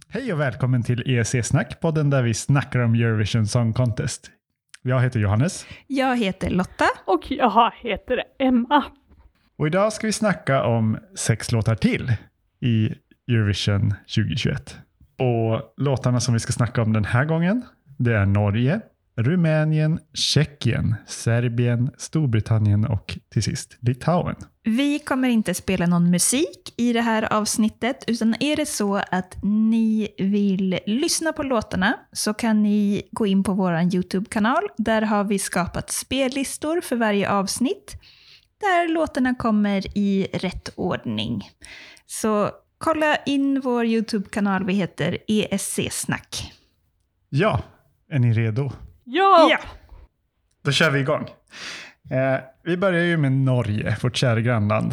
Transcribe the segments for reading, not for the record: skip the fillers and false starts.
Hej och välkommen till ESC-snack, podden där vi snackar om Eurovision Song Contest. Jag heter Johannes. Jag heter Lotta. Och jag heter Emma. Och idag ska vi snacka om 6 låtar till i Eurovision 2021. Och låtarna som vi ska snacka om den här gången, det är Norge, Rumänien, Tjeckien, Serbien, Storbritannien och till sist Litauen. Vi kommer inte spela någon musik i det här avsnittet, utan är det så att ni vill lyssna på låtarna så kan ni gå in på vår YouTube-kanal. Där har vi skapat spellistor för varje avsnitt där låtarna kommer i rätt ordning. Så kolla in vår YouTube-kanal, vi heter ESC-snack. Ja, är ni redo? Ja! Då kör vi igång. Vi börjar ju med Norge, vårt kära grannland.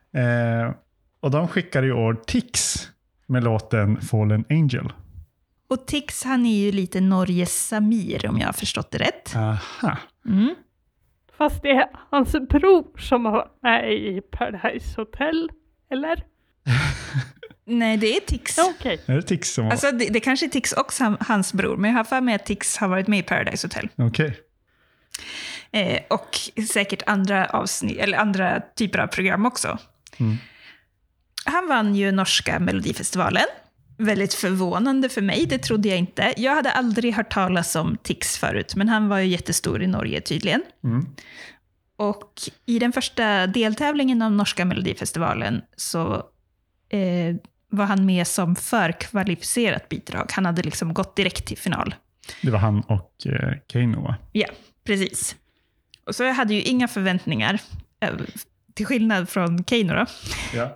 Och de skickar i år Tix med låten Fallen Angel. Och Tix, han är ju lite Norges Samir, om jag har förstått det rätt. Aha. Mm. Fast det är hans bror som har varit med i Paradise Hotel, eller? Nej, det är Tix. Okej. Är det Tix som var? Alltså det kanske är Tix och hans bror, men jag har för mig att Tix har varit med i Paradise Hotel. Okej. Och säkert andra avsnitt, eller andra typer av program också. Mm. Han vann ju norska Melodifestivalen. Väldigt förvånande för mig, det trodde jag inte. Jag hade aldrig hört talas om Tix förut, men han var ju jättestor i Norge tydligen. Mm. Och i den första deltävlingen av norska Melodifestivalen så var han med som förkvalificerat bidrag. Han hade liksom gått direkt till final. Det var han och Keino, va? Ja, precis. Och så jag hade ju inga förväntningar, till skillnad från Keino då. Ja.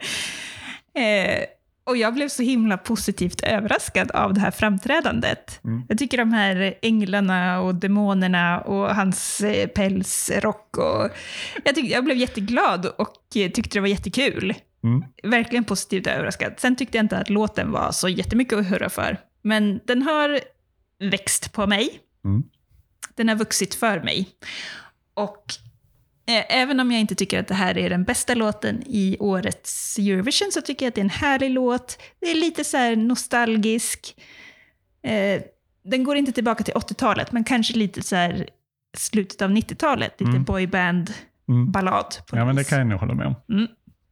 Och jag blev så himla positivt överraskad av det här framträdandet. Mm. Jag tycker de här änglarna och demonerna och hans pälsrock. Och jag blev jätteglad och tyckte det var jättekul. Mm. Verkligen positivt överraskad. Sen tyckte jag inte att låten var så jättemycket att hurra för. Men den har växt på mig. Mm. Den har vuxit för mig. Och även om jag inte tycker att det här är den bästa låten i årets Eurovision så tycker jag att det är en härlig låt. Det är lite så här nostalgisk. Den går inte tillbaka till 80-talet, men kanske lite så här slutet av 90-talet. Lite boyband-ballad. Ja, men det kan jag nog hålla med om. Mm.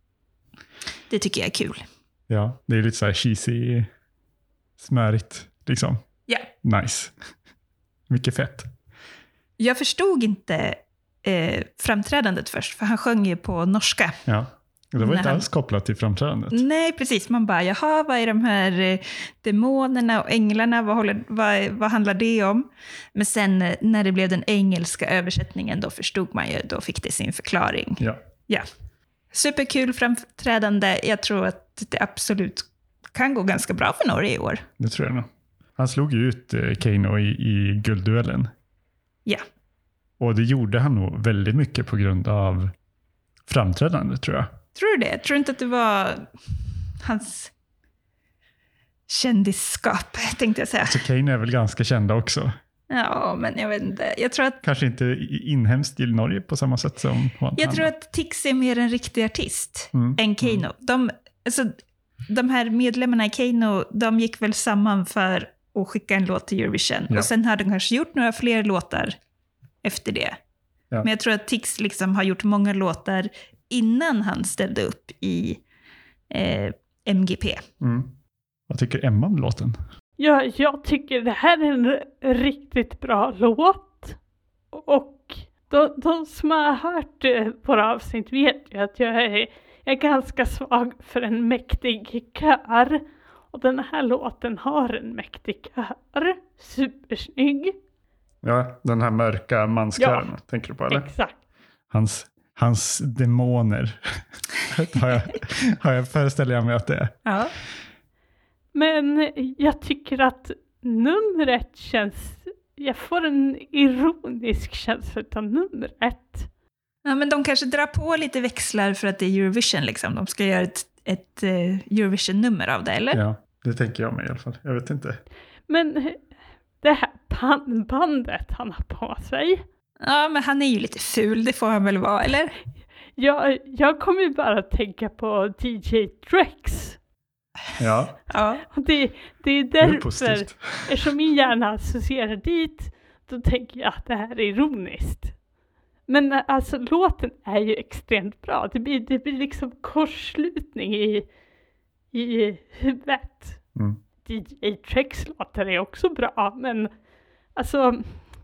Det tycker jag är kul. Ja, det är lite så här cheesy, smörigt, liksom. Ja. Nice. Mycket fett. Jag förstod inte framträdandet först, för han sjöng ju på norska. Ja, det var inte Nej. alls kopplat till framträdandet. Nej, precis. Man bara, jaha, vad är de här demonerna och änglarna? Vad handlar det om? Men sen när det blev den engelska översättningen, då förstod man ju, då fick det sin förklaring. Ja. Ja. Superkul framträdande. Jag tror att det absolut kan gå ganska bra för Norge i år. Det tror jag nog. Han slog ju ut Keino i guldduellen. Ja. Och det gjorde han nog väldigt mycket på grund av framträdandet, tror jag. Tror du det? Tror du inte att det var hans kändisskap, tänkte jag säga. Så Keino är väl ganska kända också. Ja, men jag vet inte. Jag tror att Kanske inte inhemskt i Norge på samma sätt som han. Jag tror att Tix är mer en riktig artist än Keino. De här medlemmarna i Keino, de gick väl samman för att skicka en låt till Eurovision. Ja. Och sen hade de kanske gjort några fler låtar efter det. Ja. Men jag tror att Tix liksom har gjort många låtar innan han ställde upp i MGP. Mm. Vad tycker Emma om låten? Ja, jag tycker det här är en riktigt bra låt. Och de som har hört våra avsnitt vet ju att jag är ganska svag för en mäktig kör. Och den här låten har en mäktig kör. Supersnygg. Ja, den här mörka manskören, tänker du på, eller? Exakt. Hans demoner har jag föreställer jag mig att det är. Ja. Men jag tycker att numret känns... Jag får en ironisk känsla av numret. Ja, men de kanske drar på lite växlar för att det är Eurovision liksom. De ska göra ett Eurovision-nummer av det, eller? Ja, det tänker jag mig i alla fall. Jag vet inte. Men det här pannbandet han har på sig. Ja, men han är ju lite ful, det får han väl vara, eller? Jag kommer ju bara att tänka på DJ Drex. Ja, Ja. Och det är det är därför, positivt. eftersom min hjärna associerar dit, då tänker jag att det här är ironiskt. Men alltså låten är ju extremt bra. Det blir liksom korsslutning i huvudet. Mm. DJ Treks låtar är också bra, men alltså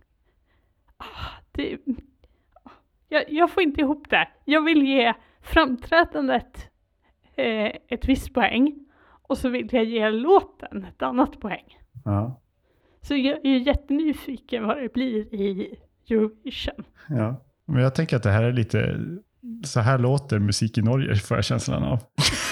jag får inte ihop det. Jag vill ge framträdandet ett visst poäng och så vill jag ge låten ett annat poäng. Ja. Så jag är jättenyfiken vad det blir i Eurovision. Ja. Men jag tänker att det här är lite, så här låter musik i Norge, får jag känslan av.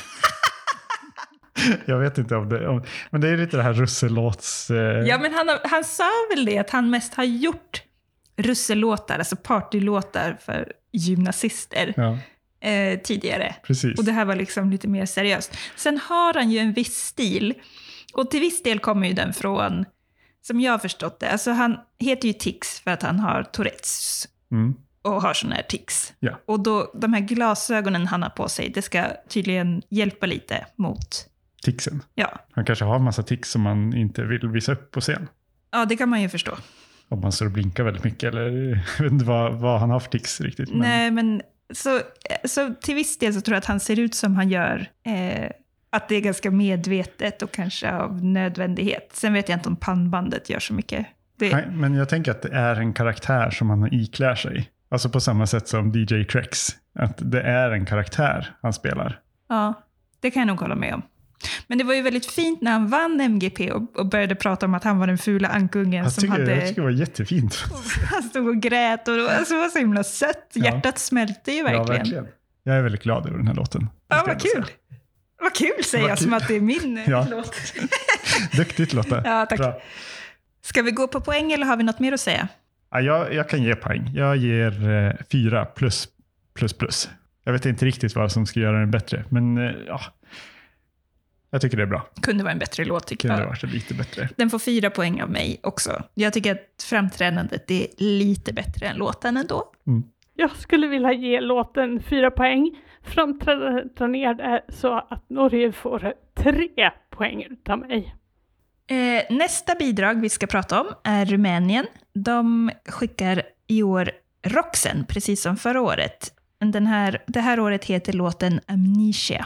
Jag vet inte om det, men det är lite det här russellåts... Ja, men han sa väl det att han mest har gjort russellåtar, alltså partylåtar för gymnasister Ja, tidigare. precis. Och det här var liksom lite mer seriöst. Sen har han ju en viss stil. Och till viss del kommer ju den från, som jag har förstått det, alltså han heter ju Tics för att han har Tourettes Mm. och har sån här tics. Ja. Och då, de här glasögonen han har på sig, det ska tydligen hjälpa lite mot... Ticsen. Ja, Han kanske har en massa tics som man inte vill visa upp på scen. ja det kan man ju förstå. Om man står och blinkar väldigt mycket, eller jag vet inte vad han har för tics riktigt. Men... Nej, men så till viss del så tror jag att han ser ut som han gör. Att det är ganska medvetet och kanske av nödvändighet. Sen vet jag inte om pannbandet gör så mycket. Nej, men jag tänker att det är en karaktär som han iklär sig. Alltså på samma sätt som DJ Treks. Att det är en karaktär han spelar. Ja, det kan jag nog hålla med om. Men det var ju väldigt fint när han vann MGP och började prata om att han var den fula ankungen Jag som tycker hade... det var jättefint. Han stod och grät och det var så himla sött. Ja. Hjärtat smälte ju verkligen. Ja, verkligen. Jag är väldigt glad över den här låten. Ja, vad kul. Vad kul säger Vad jag kul. som att det är min Ja. låt. Duktigt Lotta. Ja, tack. Bra. Ska vi gå på poäng eller har vi något mer att säga? Ja, jag kan ge poäng. Jag ger 4 plus. Jag vet inte riktigt vad som ska göra den bättre. Men ja, jag tycker det är bra. Kunde vara en bättre låt tycker Kunde jag. varit lite bättre. Den får 4 poäng av mig också. Jag tycker att framträdandet är lite bättre än låten ändå. Jag skulle vilja ge låten 4 poäng. Framträdandet drar ner det så att Norge får 3 poäng utav mig. Nästa bidrag vi ska prata om är Rumänien. De skickar i år Roxen, precis som förra året. Det här året heter låten Amnesia.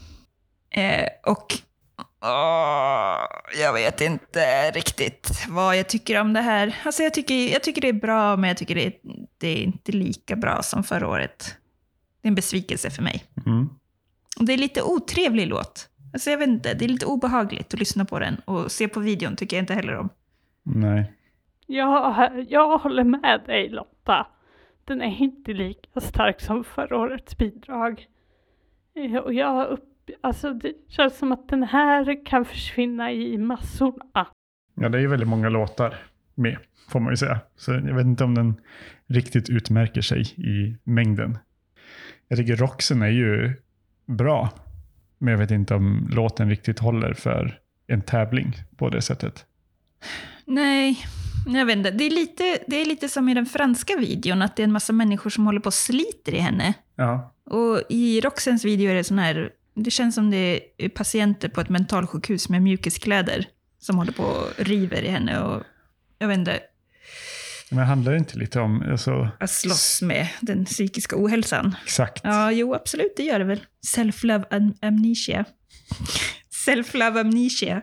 Jag vet inte riktigt vad jag tycker om det här. Alltså jag tycker det är bra, men jag tycker det är inte lika bra som förra året. Det är en besvikelse för mig. Mm. Och det är lite otrevlig låt. Alltså jag vet inte, det är lite obehagligt att lyssna på den. Och se på videon tycker jag inte heller om. Nej. Jag håller med dig Lotta. Den är inte lika stark som förra årets bidrag. Och alltså det känns som att den här kan försvinna i massorna. Ja, det är ju väldigt många låtar med, får man ju säga. Så jag vet inte om den riktigt utmärker sig i mängden. Jag tycker Roxen är ju bra. Men jag vet inte om låten riktigt håller för en tävling på det sättet. Nej, jag vet inte. Det är lite som i den franska videon, att det är en massa människor som håller på och sliter i henne. Ja, Och i Roxens video är det sån här, det känns som det är patienter på ett mentalsjukhus med mjukiskläder som håller på och river i henne. Och jag vet inte, men det handlar inte lite om... Alltså, att slåss med den psykiska ohälsan. exakt. Ja, jo, absolut, det gör det väl. Self-love amnesia. Self-love amnesia.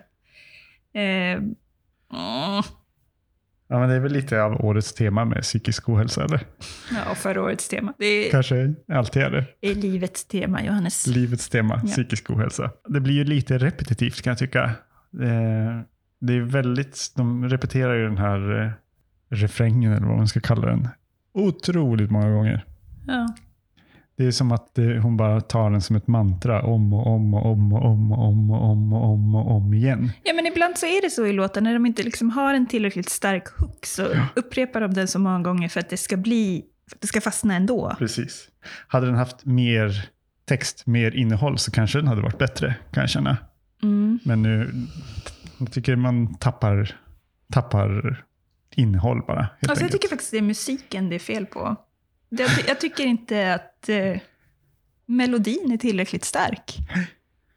Ja, men det är väl lite av årets tema med psykisk ohälsa, eller? Ja, och förra årets tema. Det Kanske alltid är det. är livets tema, Johannes. Livets tema, Ja. psykisk ohälsa. Det blir ju lite repetitivt kan jag tycka. Det är väldigt... De repeterar ju den här refrängen, eller vad man ska kalla den, otroligt många gånger. Ja. Det är som att hon bara tar den som ett mantra om och om och om och om och om och om och om och om igen. Ja, men ibland så är det så i låten. När de inte liksom har en tillräckligt stark hook så upprepar de den så många gånger för att det ska fastna ändå. Precis. Hade den haft mer text, mer innehåll så kanske den hade varit bättre, kan jag känna. Mm. Men nu jag tycker man tappar innehåll bara. Helt Alltså jag enkelt. tycker faktiskt det är musiken det är fel på. Jag tycker inte att melodin är tillräckligt stark.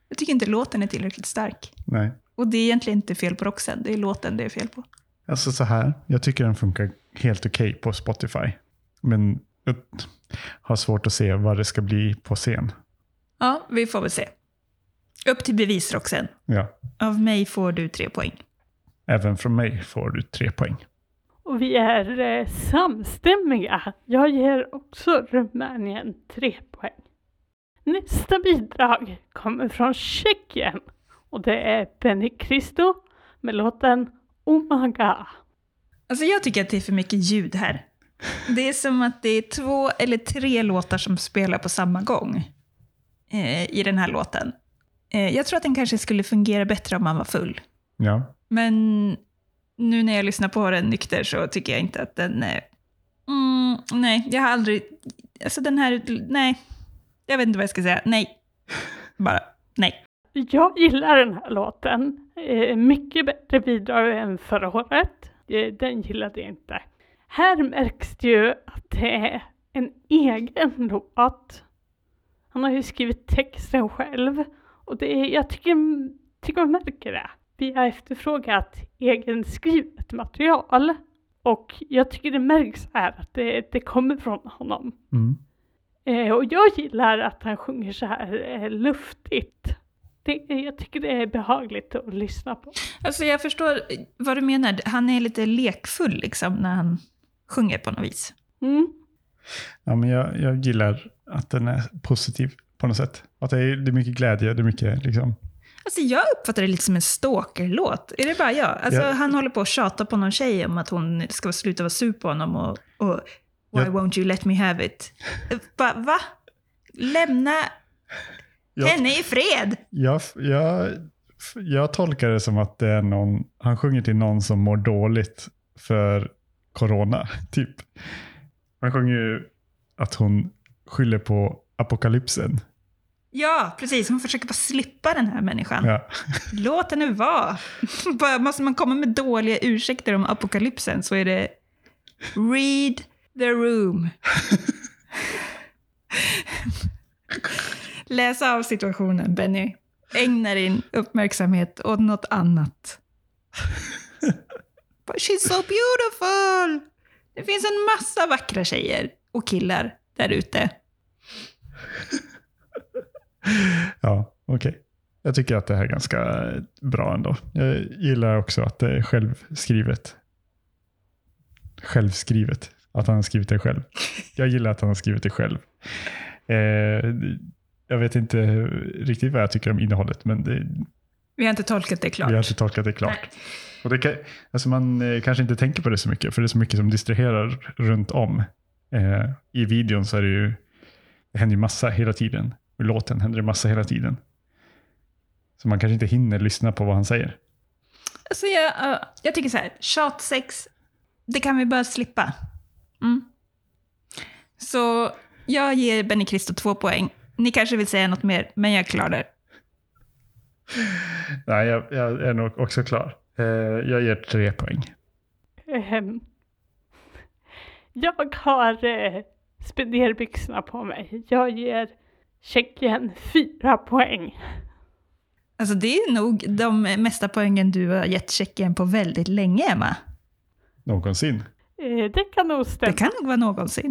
Jag tycker inte låten är tillräckligt stark. Nej. Och det är egentligen inte fel på Roxanne, det är låten det är fel på. Alltså så här, jag tycker den funkar helt okej på Spotify. Men jag har svårt att se vad det ska bli på scen. Ja, vi får väl se. Upp till bevis, Roxanne. Ja. Av mig får du 3 poäng. Även från mig får du 3 poäng. Och vi är samstämmiga. Jag ger också Rumänien 3 poäng. Nästa bidrag kommer från Tjeckien. Och det är Benny Cristo med låten Omaga. Alltså jag tycker att det är för mycket ljud här. Det är som att det är 2 eller 3 låtar som spelar på samma gång i den här låten. Jag tror att den kanske skulle fungera bättre om man var full. Ja. Men nu när jag lyssnar på den nykter så tycker jag inte att den är... nej, jag har aldrig... Alltså den här... Nej. Jag vet inte vad jag ska säga. Nej. Bara nej. Jag gillar den här låten. Mycket bättre bidrag än förra året. Den gillade jag inte. Här märks det ju att det är en egen låt. Han har ju skrivit texten själv. Och jag tycker man märker det. Vi har efterfrågat egenskrivet material. Och jag tycker det märks här att det kommer från honom. Mm. Och jag gillar att han sjunger så här luftigt. Jag tycker det är behagligt att lyssna på. Alltså jag förstår vad du menar. Han är lite lekfull liksom när han sjunger på något vis. Mm. Ja, men jag gillar att den är positiv på något sätt. Att det är mycket glädje, det är mycket liksom... Alltså jag uppfattar det lite som en stalkerlåt. Är det bara jag? Alltså han håller på att tjata på någon tjej om att hon ska sluta vara sur på honom och why won't you let me have it? Va? Lämna henne i fred! Jag tolkar det som att det är någon, han sjunger till någon som mår dåligt för corona, typ. Han sjunger ju att hon skyller på apokalypsen. Ja, precis. Hon försöker bara slippa den här människan. Ja. Låt henne vara. Bara måste man komma med dåliga ursäkter om apokalypsen så är det read the room. Läs av situationen, Benny. Ägna din uppmärksamhet åt något annat. But she's so beautiful! Det finns en massa vackra tjejer och killar där ute. Ja, okej. Jag tycker att det här är ganska bra ändå. Jag gillar också att det är självskrivet. Att han har skrivit det själv. Jag gillar att han har skrivit det själv. Jag vet inte riktigt vad jag tycker om innehållet, men Vi har inte tolkat det klart. vi har inte tolkat det klart. Nej. Och alltså man kanske inte tänker på det så mycket, för det är så mycket som distraherar runt om. I videon så är det händer ju massa hela tiden. I låten händer det massa hela tiden. Så man kanske inte hinner lyssna på vad han säger. Alltså jag tycker så här, tjatsex, det kan vi bara slippa. Så jag ger Benny Cristo 2 poäng. Ni kanske vill säga något mer, men jag är klar där. Nej, jag är nog också klar. Jag ger 3 poäng. Jag har spenderbyxorna på mig. Jag ger Tjeckien 4 poäng. Alltså det är nog de mesta poängen du har gett Tjeckien på väldigt länge, Emma. Någonsin. Det kan nog stämma. Det kan nog vara någonsin.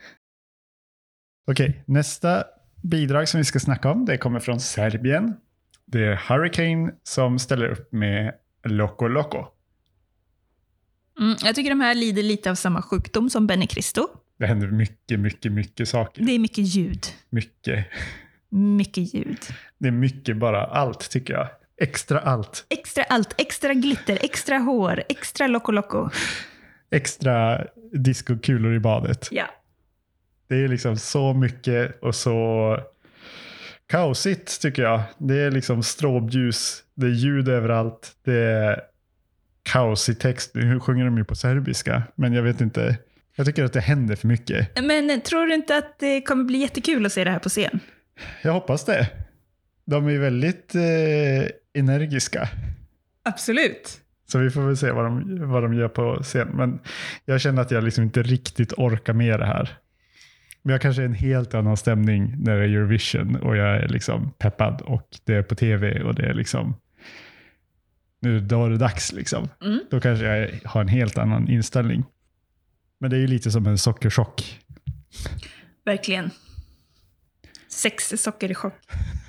Okej, nästa bidrag som vi ska snacka om, det kommer från Serbien. Det är Hurricane som ställer upp med Loco Loco. Jag tycker de här lider lite av samma sjukdom som Benny Cristo. Det händer mycket saker. Det är mycket ljud. Mycket ljud. Det är mycket bara allt, tycker jag. Extra allt. Extra allt, extra glitter, extra hår, extra Loco Loco. Extra discokulor i badet. Ja. Det är liksom så mycket och så kaosigt, tycker jag. Det är liksom stråbljus, det är ljud överallt, det är kaos i text. Nu sjunger de ju på serbiska, men jag vet inte. Jag tycker att det händer för mycket. Men tror du inte att det kommer bli jättekul att se det här på scen? Jag hoppas det. De är väldigt energiska. Absolut. Så vi får väl se vad de gör på scen. Men jag känner att jag liksom inte riktigt orkar med det här. Men jag kanske är en helt annan stämning när det är Eurovision och jag är liksom peppad och det är på tv och det är liksom då är det dags liksom. Då kanske jag har en helt annan inställning. Men det är ju lite som en sockerchock. Verkligen. 6 socker i chock.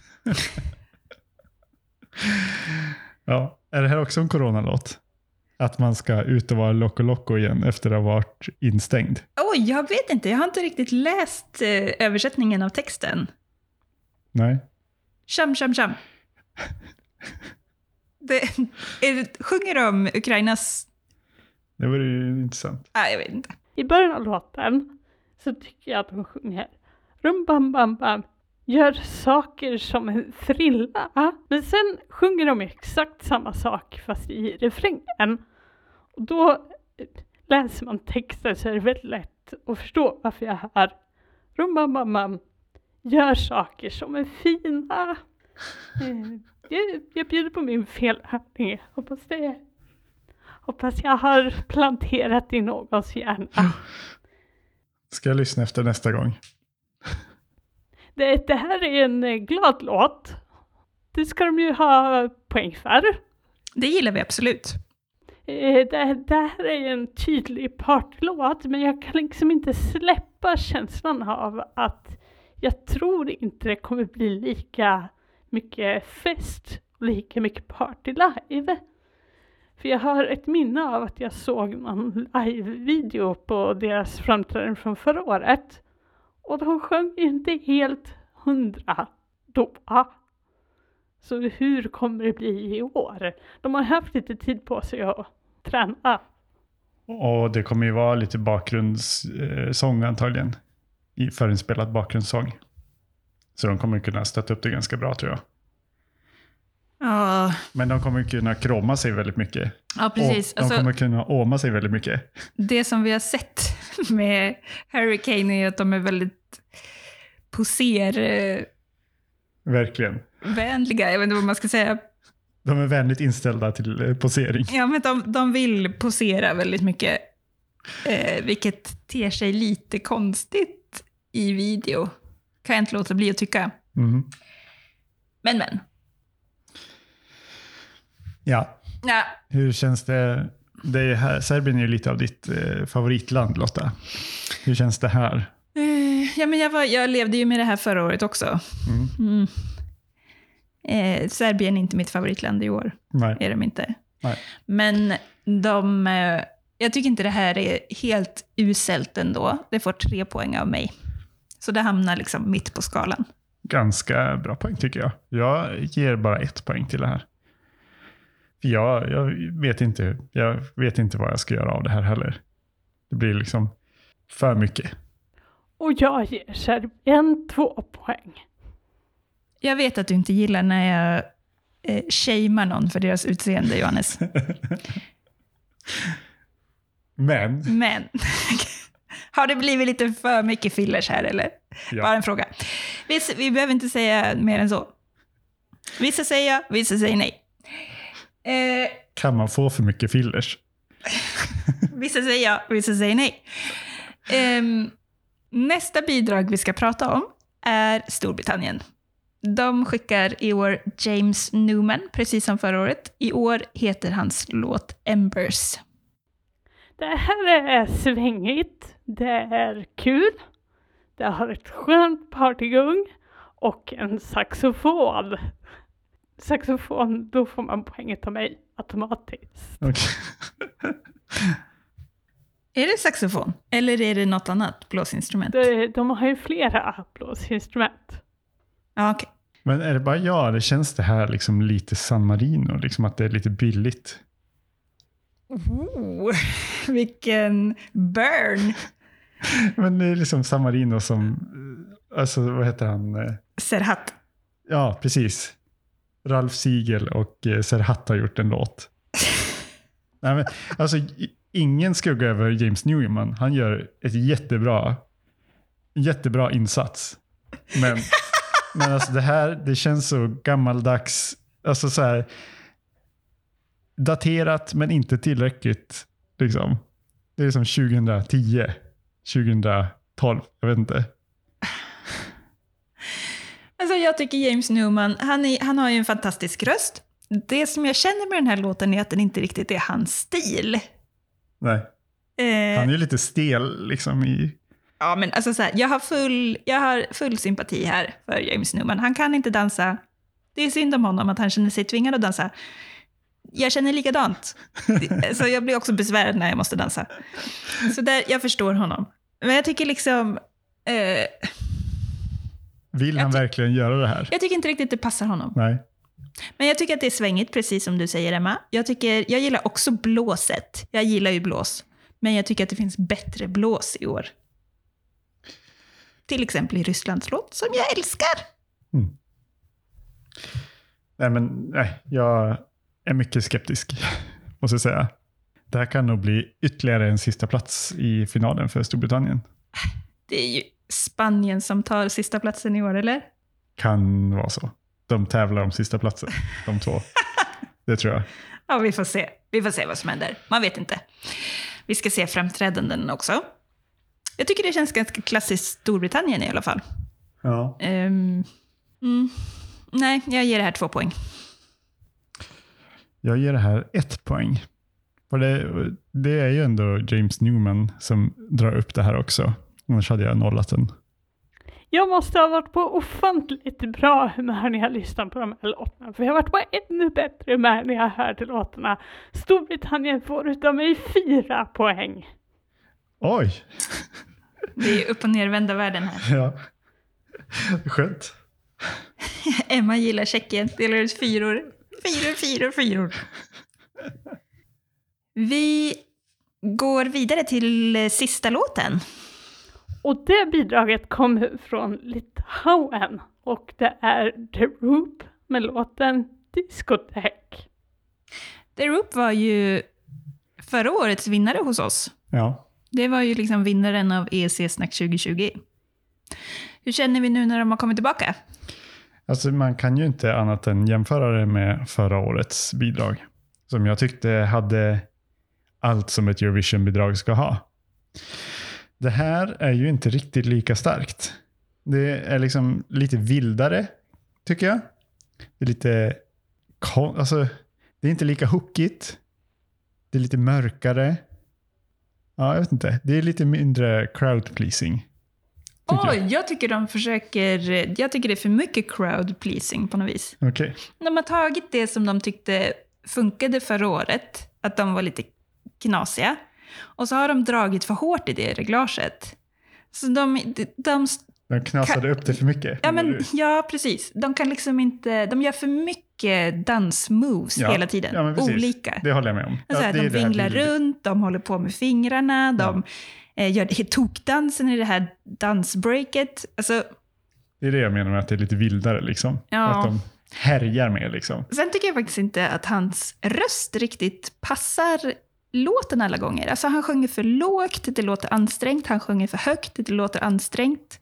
Ja, är det här också en coronalåt? Att man ska ut och vara loco igen efter att ha varit instängd? Oj, jag vet inte. Jag har inte riktigt läst översättningen av texten. Nej. Cham. Sjunger de Ukrainas... Det var ju intressant. Nej, jag vet inte. I början av låten så tycker jag att de sjunger rum bam bam bam, gör saker som en frilla. Men sen sjunger de exakt samma sak fast i refrängen. Och då läser man texten så är det väldigt lätt att förstå varför jag hör rum bam bam bam, gör saker som är fina. Jag bjuder på min felhörning. Hoppas jag har planterat i någons hjärna. Ska jag lyssna efter nästa gång? Det här är en glad låt. Det ska de ju ha poäng för. Det gillar vi absolut. Det här är en tydlig partylåt, men jag kan liksom inte släppa känslan av att jag tror inte det kommer bli lika mycket fest och lika mycket party live. För jag har ett minne av att jag såg någon live-video på deras framträdande från förra året. Och de sjöng inte helt 100 då. Så hur kommer det bli i år? De har haft lite tid på sig att träna. Och det kommer ju vara lite bakgrundssång antagligen. Förinspelad bakgrundssång. Så de kommer kunna stötta upp det ganska bra tror jag. Ja. Men de kommer kunna kroma sig väldigt mycket. Ja, precis. Och de kommer kunna åma sig väldigt mycket. Det som vi har sett med Hurricane är att de är väldigt Verkligen. vänliga. Jag vet inte vad man ska säga. De är vänligt inställda till posering. Ja, men de vill posera väldigt mycket. Vilket ter sig lite konstigt i video. Kan jag inte låta bli att tycka. Mm. Men. Ja. Hur känns det? Det är här, Serbien är ju lite av ditt favoritland, Lotta. Hur känns det här? Ja, men jag levde ju med det här förra året också. Serbien är inte mitt favoritland i år. Nej. Är de inte. Nej. Men jag tycker inte det här är helt uselt ändå. Det får 3 poäng av mig. Så det hamnar liksom mitt på skalan. Ganska bra poäng tycker jag. Jag ger bara 1 poäng till det här. Jag vet inte vad jag ska göra av det här heller. Det blir liksom för mycket. Och jag ger Serbien 2 poäng. Jag vet att du inte gillar när jag shamear någon för deras utseende, Johannes. Men har det blivit lite för mycket fillers här eller? Ja. Bara en fråga. Vi behöver inte säga mer än så. Vissa säger ja, vissa säger nej. Kan man få för mycket fillers? Vissa säger ja, vissa säger nej. Nästa bidrag vi ska prata om är Storbritannien. De skickar i år James Newman, precis som förra året. I år heter hans låt Embers. Det här är svängigt, det är kul, det har ett skönt partygung och en saxofon. Saxofon, då får man poänget av mig automatiskt. Okay. Är det saxofon? Eller är det något annat blåsinstrument? De har ju flera blåsinstrument. Ja, okej. Men är det bara det känns det här liksom lite San Marino, liksom att det är lite billigt. Vilken burn! Men det är liksom San Marino som, alltså vad heter han? Serhat. Ja, precis. Ralf Siegel och Serhat har gjort en låt. Nej, men, alltså ingen skugga över James Newman. Han gör ett jättebra insats. Men alltså det känns så gammaldags. Alltså så här daterat men inte tillräckligt liksom. Det är som 2010, 2012, jag vet inte. Alltså jag tycker James Newman, han har ju en fantastisk röst. Det som jag känner med den här låten är att den inte riktigt är hans stil. Nej. Han är ju lite stel liksom i... Ja, men alltså så här, jag har full sympati här för James Newman. Han kan inte dansa. Det är synd om honom att han känner sig tvingad att dansa. Jag känner likadant. Så jag blir också besvärad när jag måste dansa. Så där, jag förstår honom. Men jag tycker liksom... Vill han verkligen göra det här? Jag tycker inte riktigt det passar honom. Nej. Men jag tycker att det är svängigt, precis som du säger, Emma. Jag gillar också blåset. Jag gillar ju blås. Men jag tycker att det finns bättre blås i år. Till exempel i Rysslands låt, som jag älskar. Nej, jag är mycket skeptisk, måste jag säga. Det här kan nog bli ytterligare en sista plats i finalen för Storbritannien. Det är ju Spanien som tar sista platsen i år, eller? Kan vara så. De tävlar om sista platsen, de två. Det tror jag. Ja, vi får se. Vi får se vad som händer. Man vet inte. Vi ska se framträdanden också. Jag tycker det känns ganska klassiskt Storbritannien i alla fall. Ja. Nej, jag ger det här 2 poäng. Jag ger det här 1 poäng. För det är ju ändå James Newman som drar upp det här också. Annars hade jag nollat den. Jag måste ha varit på ofantligt bra humör när jag lyssnat på de här låtarna. För jag har varit på ännu bättre humör när jag hörde låtarna. Storbritannien får utav mig 4 poäng. Oj! Det är upp- och nervända världen här. Ja. Skönt. Emma gillar Tjeckien. Delar ut 4. 4. Vi går vidare till sista låten. Och det bidraget kommer från Litauen. Och det är The Roop med låten Diskotek. The Roop var ju förra årets vinnare hos oss. Ja. Det var ju liksom vinnaren av ESC Snack 2020. Hur känner vi nu när de har kommit tillbaka? Alltså man kan ju inte annat än jämföra det med förra årets bidrag. Som jag tyckte hade allt som ett Eurovision-bidrag ska ha. Det här är ju inte riktigt lika starkt. Det är liksom lite vildare, tycker jag. Det är lite... Alltså, det är inte lika hookigt. Det är lite mörkare. Ja, jag vet inte. Det är lite mindre crowd pleasing. Jag tycker jag tycker det är för mycket crowd pleasing på något vis. Okay. De har tagit det som de tyckte funkade förra året, att de var lite knasiga, och så har de dragit för hårt i det reglaget. Så de knasade upp det för mycket. Ja, precis. De kan liksom inte, de gör för mycket dansmoves hela tiden. Ja, men olika. Det håller jag med om. Alltså, de vinglar runt, de håller på med fingrarna, de gör tokdansen i det här dansbreaket. Alltså, det är det jag menar med att det är lite vildare liksom. Ja. Att de härjar med liksom. Sen tycker jag faktiskt inte att hans röst riktigt passar låten alla gånger. Alltså han sjunger för lågt, det låter ansträngt. Han sjunger för högt, det låter ansträngt.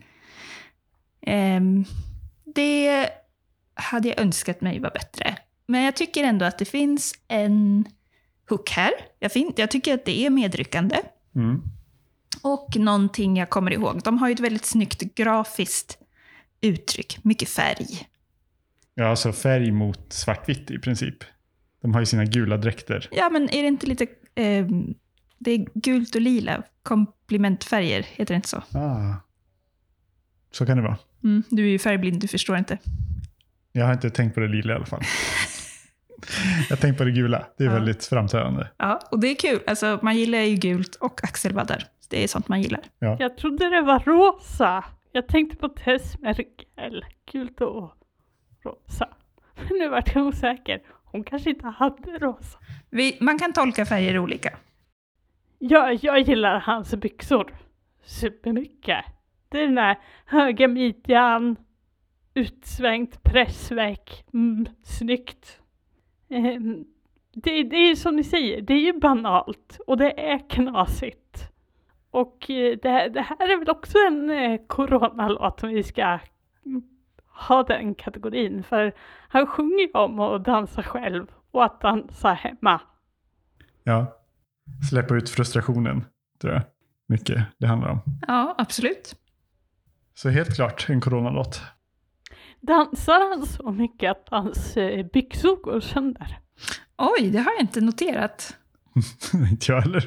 Det hade jag önskat mig var bättre. Men jag tycker ändå att det finns en hook här. Jag tycker att det är medryckande. Mm. Och någonting jag kommer ihåg. De har ju ett väldigt snyggt grafiskt uttryck. Mycket färg. Ja, alltså färg mot svartvitt i princip. De har ju sina gula dräkter. Ja, men är det inte lite... det är gult och lila. Komplementfärger, heter det inte så? Så kan det vara. Du är ju färgblind, du förstår inte. Jag har inte tänkt på det lila i alla fall. Jag har tänkt på det gula. Det är väldigt framträdande. Ja, och det är kul. Alltså, man gillar ju gult och axelvaddar. Det är sånt man gillar. Ja. Jag trodde det var rosa. Jag tänkte på Tess Merkel. Gult och rosa. Men nu vart jag osäker. Hon kanske inte hade rosa. Man kan tolka färger olika. Jag gillar hans byxor supermycket. Det är den där höga midjan, utsvängt pressväck, snyggt. Det är som ni säger, det är ju banalt och det är knasigt. Och det här är väl också en coronalåt om vi ska ha den kategorin. För han sjunger om att dansa själv och att dansa hemma. Ja, släppa ut frustrationen tror jag mycket det handlar om. Ja, absolut. Så helt klart en coronalåt. Dansar han så mycket att hans byxor går sönder? Oj, det har jag inte noterat. Inte jag heller.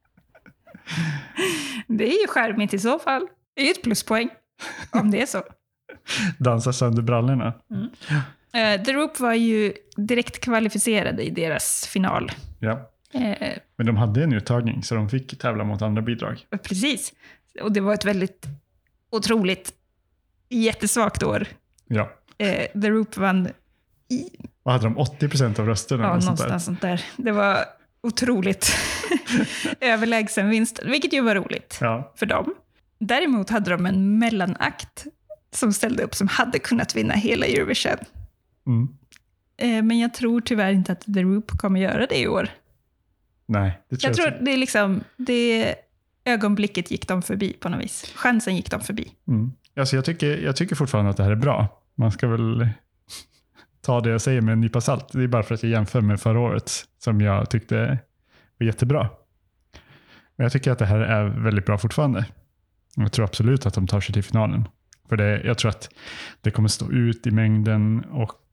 Det är ju skärmigt i så fall. Det är ju ett pluspoäng, om det är så. Dansar sönder brallorna. The Roop var ju direkt kvalificerade i deras final. Ja. Men de hade en uttagning så de fick tävla mot andra bidrag. Precis. Och det var ett väldigt otroligt jättesvagt år. Ja. The Roop vann Vad hade de? 80% av rösterna? ja, någonstans sånt där. Det var otroligt överlägsen vinst, vilket ju var roligt för dem. Däremot hade de en mellanakt som ställde upp som hade kunnat vinna hela Eurovision. Men jag tror tyvärr inte att The Roop kommer göra det i år. Nej, det tror jag tror det är liksom, det ögonblicket gick de förbi på något vis. Chansen gick de förbi. Alltså jag tycker fortfarande att det här är bra. Man ska väl ta det jag säger med en nypa salt. Det är bara för att jag jämför med förra året som jag tyckte var jättebra. Men jag tycker att det här är väldigt bra fortfarande. Jag tror absolut att de tar sig till finalen. För jag tror att det kommer stå ut i mängden och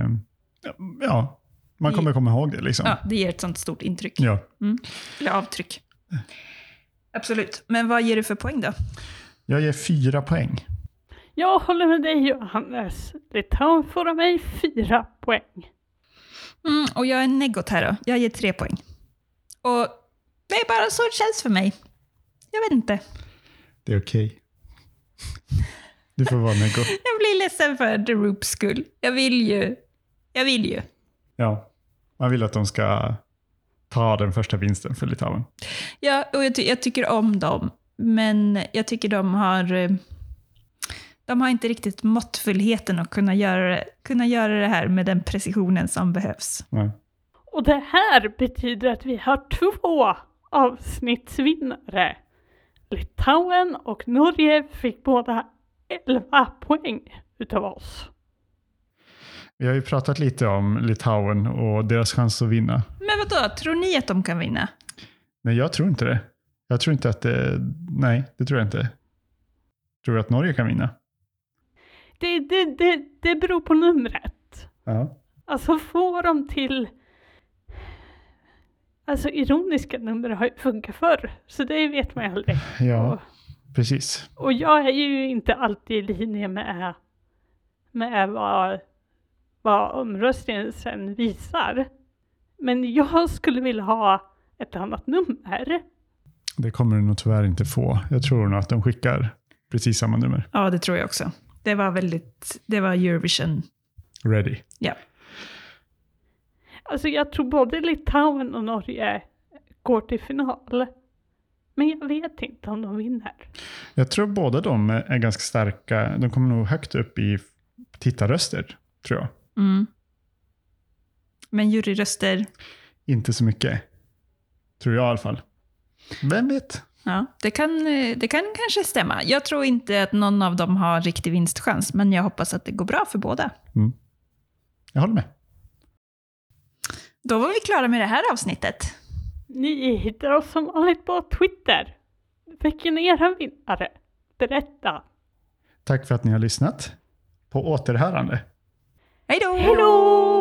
man kommer komma ihåg det. Liksom. Ja, det ger ett sånt stort intryck. Ja. Eller avtryck. Absolut. Men vad ger du för poäng då? Jag ger 4 poäng. Jag håller med dig, Johannes. Det tar för mig 4 poäng. Och jag är negot här då. Jag ger 3 poäng. Och det är bara så det känns för mig. Jag vet inte. Det är okej. Du får vara negot. Jag blir ledsen för The Roops skull. Jag vill ju. Ja, man vill att de ska ta den första vinsten för Litauen. Ja, och jag tycker om dem. Men jag tycker de har inte riktigt måttfullheten att kunna göra det här med den precisionen som behövs. Nej. Och det här betyder att vi har 2 avsnittsvinnare. Litauen och Norge fick båda 11 poäng utav oss. Vi har ju pratat lite om Litauen och deras chans att vinna. Men vadå? Tror ni att de kan vinna? Nej, jag tror inte det. Jag tror inte att det... Nej, det tror jag inte. Tror du att Norge kan vinna? Det beror på numret. Ja. Alltså får de till... Alltså ironiska nummer har ju funkat förr. Så det vet man ju aldrig. Ja, precis. Och jag är ju inte alltid i linje med vad omröstningen sen visar. Men jag skulle vilja ha ett annat nummer. Det kommer du nog tyvärr inte få. Jag tror nog att de skickar precis samma nummer. Ja, det tror jag också. Det var Eurovision. Ready. Ja. Alltså jag tror både Litauen och Norge går till final. Men jag vet inte om de vinner. Jag tror båda de är ganska starka. De kommer nog högt upp i tittarröster, tror jag. Men juryröster? Inte så mycket. Tror jag i alla fall. Vem vet? Ja, det kan kanske stämma. Jag tror inte att någon av dem har riktig vinstchans, men jag hoppas att det går bra för båda. Jag håller med. Då var vi klara med det här avsnittet. Ni hittar oss som vanligt på Twitter. Vilken är era vinnare? Berätta. Tack för att ni har lyssnat. På återhörande. Hej då! Hej då!